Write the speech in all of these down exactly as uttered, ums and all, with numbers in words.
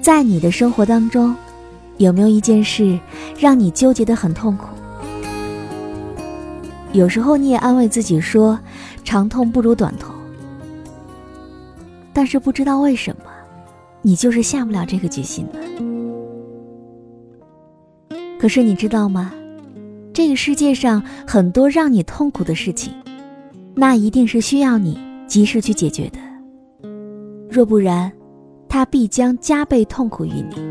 在你的生活当中，有没有一件事让你纠结得很痛苦？有时候你也安慰自己说，长痛不如短痛，但是不知道为什么，你就是下不了这个决心的。可是你知道吗？这个世界上很多让你痛苦的事情，那一定是需要你及时去解决的，若不然，它必将加倍痛苦于你。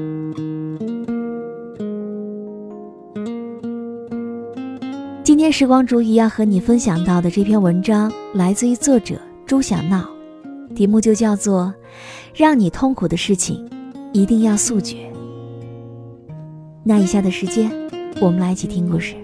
今天时光煮雨要和你分享到的这篇文章来自于作者朱小闹，题目就叫做让你痛苦的事情一定要速决。那以下的时间我们来一起听故事。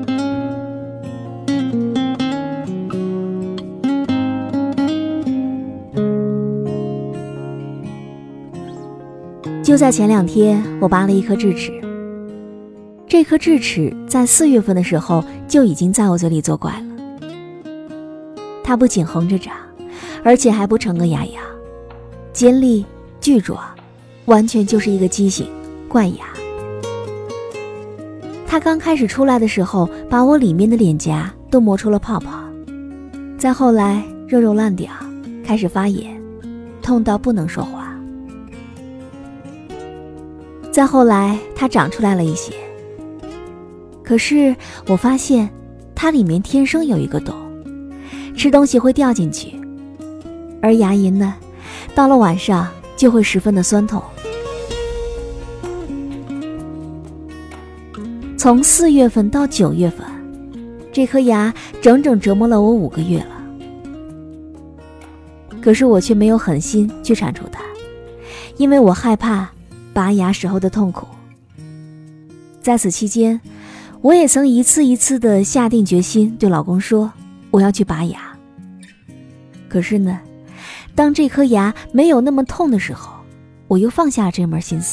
就在前两天，我拔了一颗智齿。这颗智齿在四月份的时候就已经在我嘴里作怪了。它不仅横着长，而且还不成个牙牙，尖利巨壮，完全就是一个畸形怪牙。它刚开始出来的时候，把我里面的脸颊都磨出了泡泡，再后来肉肉烂掉，开始发炎，痛到不能说话。再后来它长出来了一些，可是我发现它里面天生有一个洞，吃东西会掉进去，而牙龈呢，到了晚上就会十分的酸痛。从四月份到九月份，这颗牙整整折磨了我五个月了。可是我却没有狠心去铲除它，因为我害怕拔牙时候的痛苦。在此期间，我也曾一次一次地下定决心对老公说，我要去拔牙。可是呢，当这颗牙没有那么痛的时候，我又放下了这门心思。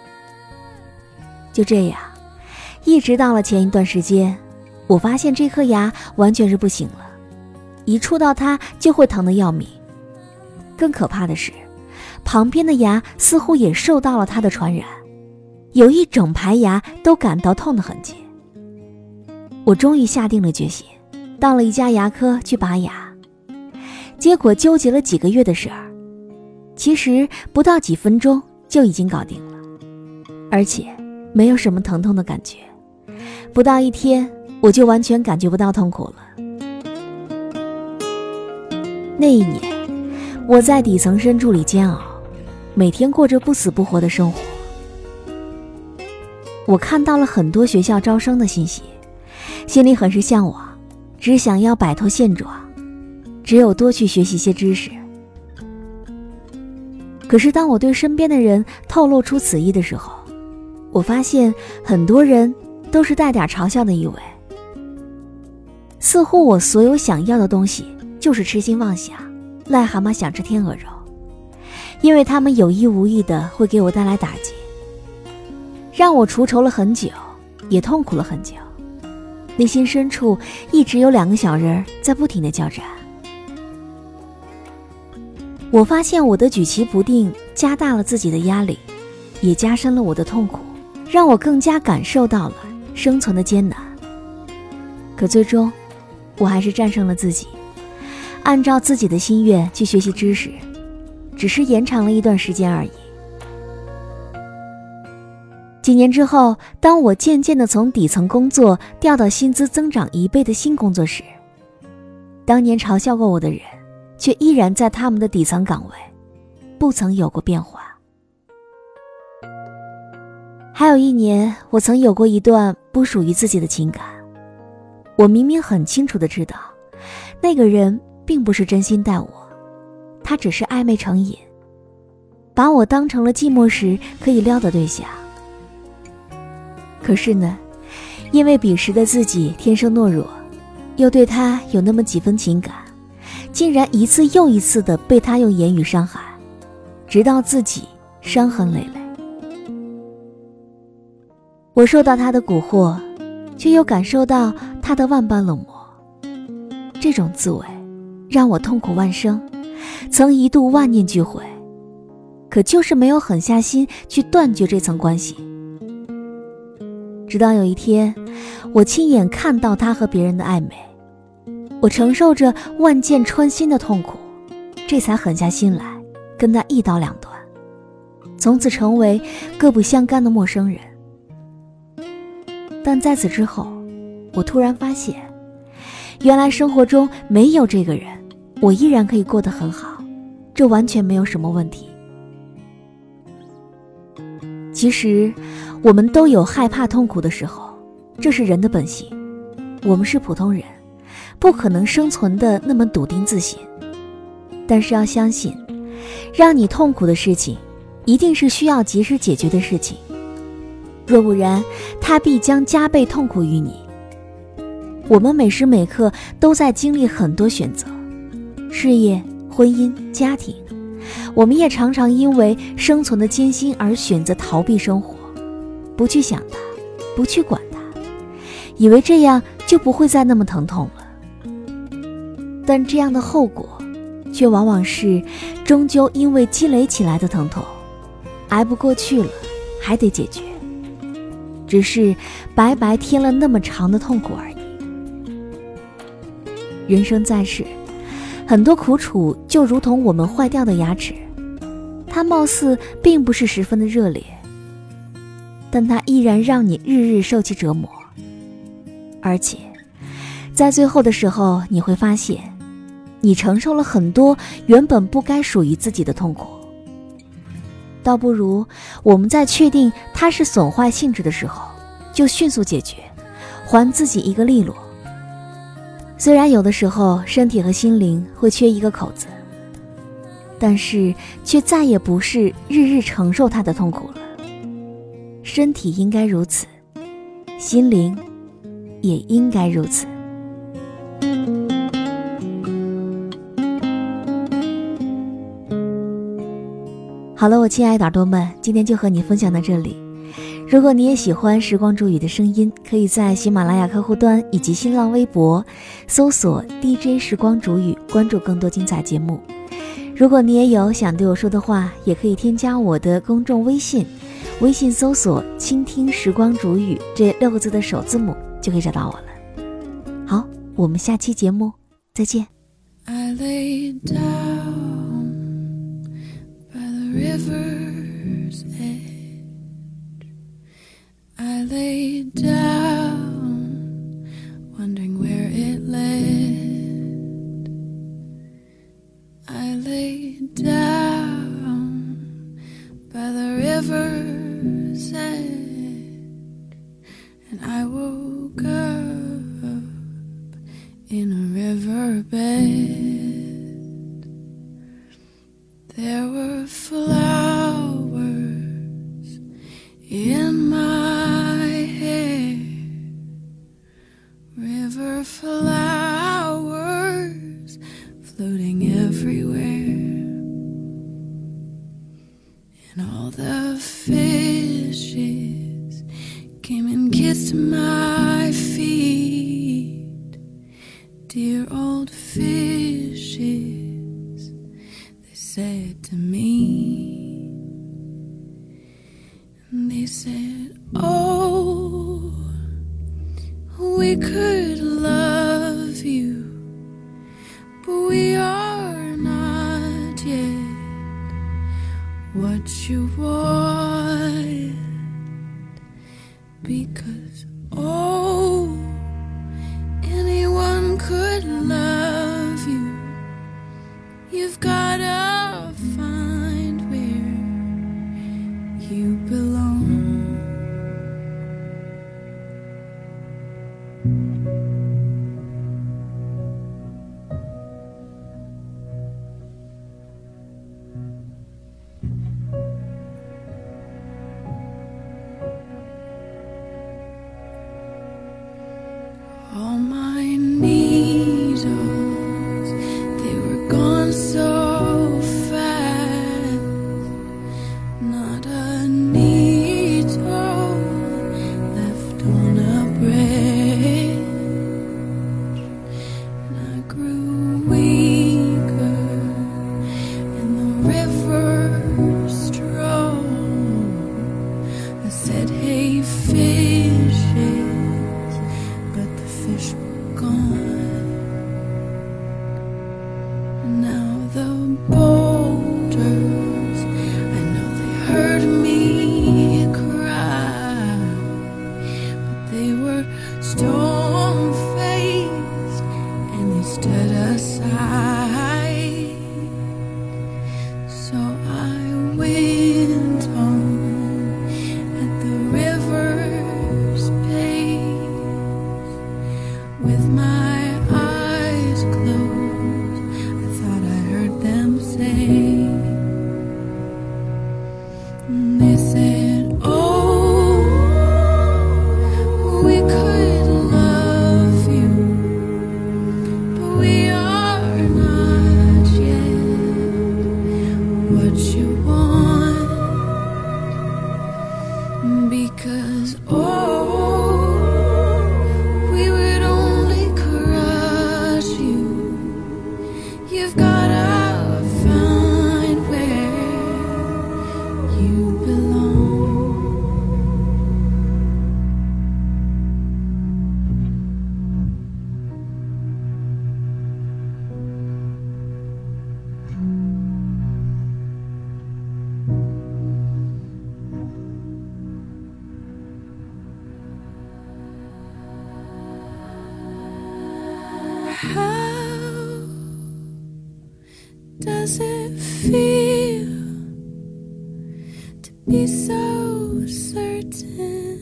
就这样，一直到了前一段时间，我发现这颗牙完全是不行了，一触到它就会疼得要命。更可怕的是，旁边的牙似乎也受到了它的传染，有一整排牙都感到痛的痕迹。我终于下定了决心，到了一家牙科去拔牙。结果纠结了几个月的事儿，其实不到几分钟就已经搞定了，而且没有什么疼痛的感觉，不到一天我就完全感觉不到痛苦了。那一年，我在底层深处里煎熬，每天过着不死不活的生活。我看到了很多学校招生的信息，心里很是向往，只想要摆脱现状，只有多去学习些知识。可是当我对身边的人透露出此意的时候，我发现很多人都是带点嘲笑的意味，似乎我所有想要的东西就是痴心妄想，癞蛤蟆想吃天鹅肉，因为他们有意无意的会给我带来打击，让我除愁了很久，也痛苦了很久，内心深处一直有两个小人在不停的交战。我发现我的举棋不定加大了自己的压力，也加深了我的痛苦，让我更加感受到了生存的艰难。可最终我还是战胜了自己，按照自己的心愿去学习知识，只是延长了一段时间而已。几年之后，当我渐渐地从底层工作调到薪资增长一倍的新工作时，当年嘲笑过我的人却依然在他们的底层岗位，不曾有过变化。还有一年，我曾有过一段不属于自己的情感，我明明很清楚地知道，那个人并不是真心待我，他只是暧昧成瘾，把我当成了寂寞时可以撩的对象。可是呢，因为彼时的自己天生懦弱，又对他有那么几分情感，竟然一次又一次地被他用言语伤害，直到自己伤痕累累。我受到他的蛊惑，却又感受到他的万般冷漠，这种滋味让我痛苦万生，曾一度万念俱灰。 可就是没有狠下心去断绝这层关系。直到有一天，我亲眼看到他和别人的暧昧，我承受着万箭穿心的痛苦，这才狠下心来跟他一刀两断，从此成为各不相干的陌生人。但在此之后，我突然发现，原来生活中没有这个人，我依然可以过得很好，这完全没有什么问题。其实我们都有害怕痛苦的时候，这是人的本性，我们是普通人，不可能生存的那么笃定自信。但是要相信，让你痛苦的事情一定是需要及时解决的事情，若不然它必将加倍痛苦于你。我们每时每刻都在经历很多选择，事业、婚姻、家庭，我们也常常因为生存的艰辛而选择逃避生活，不去想它，不去管它，以为这样就不会再那么疼痛了。但这样的后果却往往是终究因为积累起来的疼痛，挨不过去了还得解决，只是白白添了那么长的痛苦而已。人生在世，很多苦楚就如同我们坏掉的牙齿，它貌似并不是十分的热烈，但它依然让你日日受其折磨。而且在最后的时候，你会发现你承受了很多原本不该属于自己的痛苦。倒不如我们在确定它是损坏性质的时候，就迅速解决，还自己一个利落。虽然有的时候身体和心灵会缺一个口子，但是却再也不是日日承受它的痛苦了。身体应该如此，心灵也应该如此。好了，我亲爱的耳朵们，今天就和你分享到这里。如果你也喜欢时光煮雨的声音，可以在喜马拉雅客户端以及新浪微博搜索 D J 时光煮雨，关注更多精彩节目。如果你也有想对我说的话，也可以添加我的公众微信，微信搜索倾听时光煮雨这六个字的首字母就可以找到我了。好，我们下期节目再见。 I lay down by the river's edge. I lay down, wondering where it led. I lay down by the river's edge, and I woke up in a riverbed. There were flowers in my hair, river flowers floating everywhere, and all the fishes came and kissed my feet. Dear old fishes, they said to me, they said, oh, we could love you, but we are not yet what you want, because, oh, anyone could love you. You've gotta find where you belong. All my needles, they were gone so fast. Not a needle left on a branch, and I grew weaker, and the river heard me cry, but they were stone-faced and they stood aside. So I went on at the river's pace with my eyes closed. I thought I heard them say, they said, oh, we could love you, but we are not yet what you want, because oh, we would only crush you. You've gotta find where you belong. How does it feel to be so certain,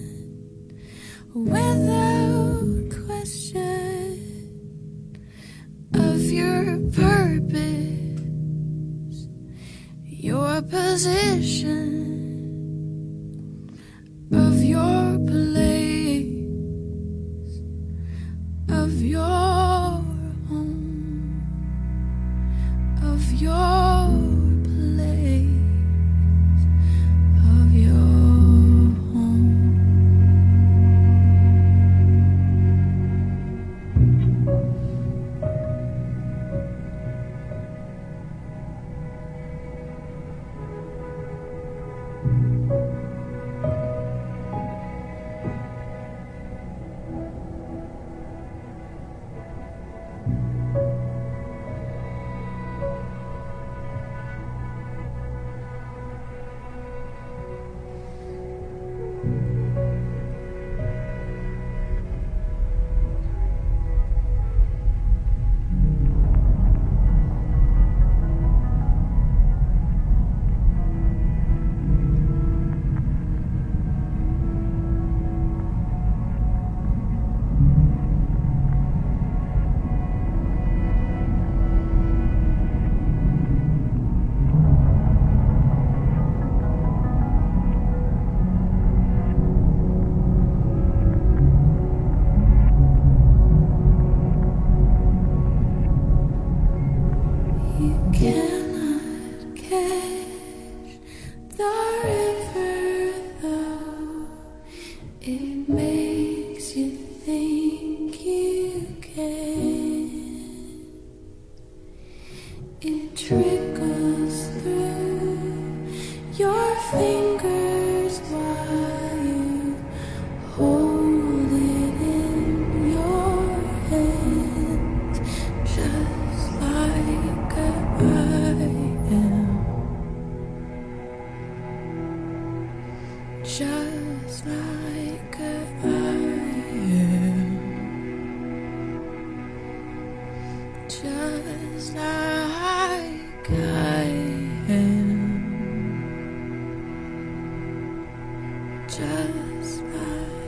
without question, of your purpose, your position, of your place, of your home, of your place, of your home. You cannot catch the river, though it makes you think you can. It trickles through your fingers while you hold it in your hands, just like I am, just like I am, just like I am, just like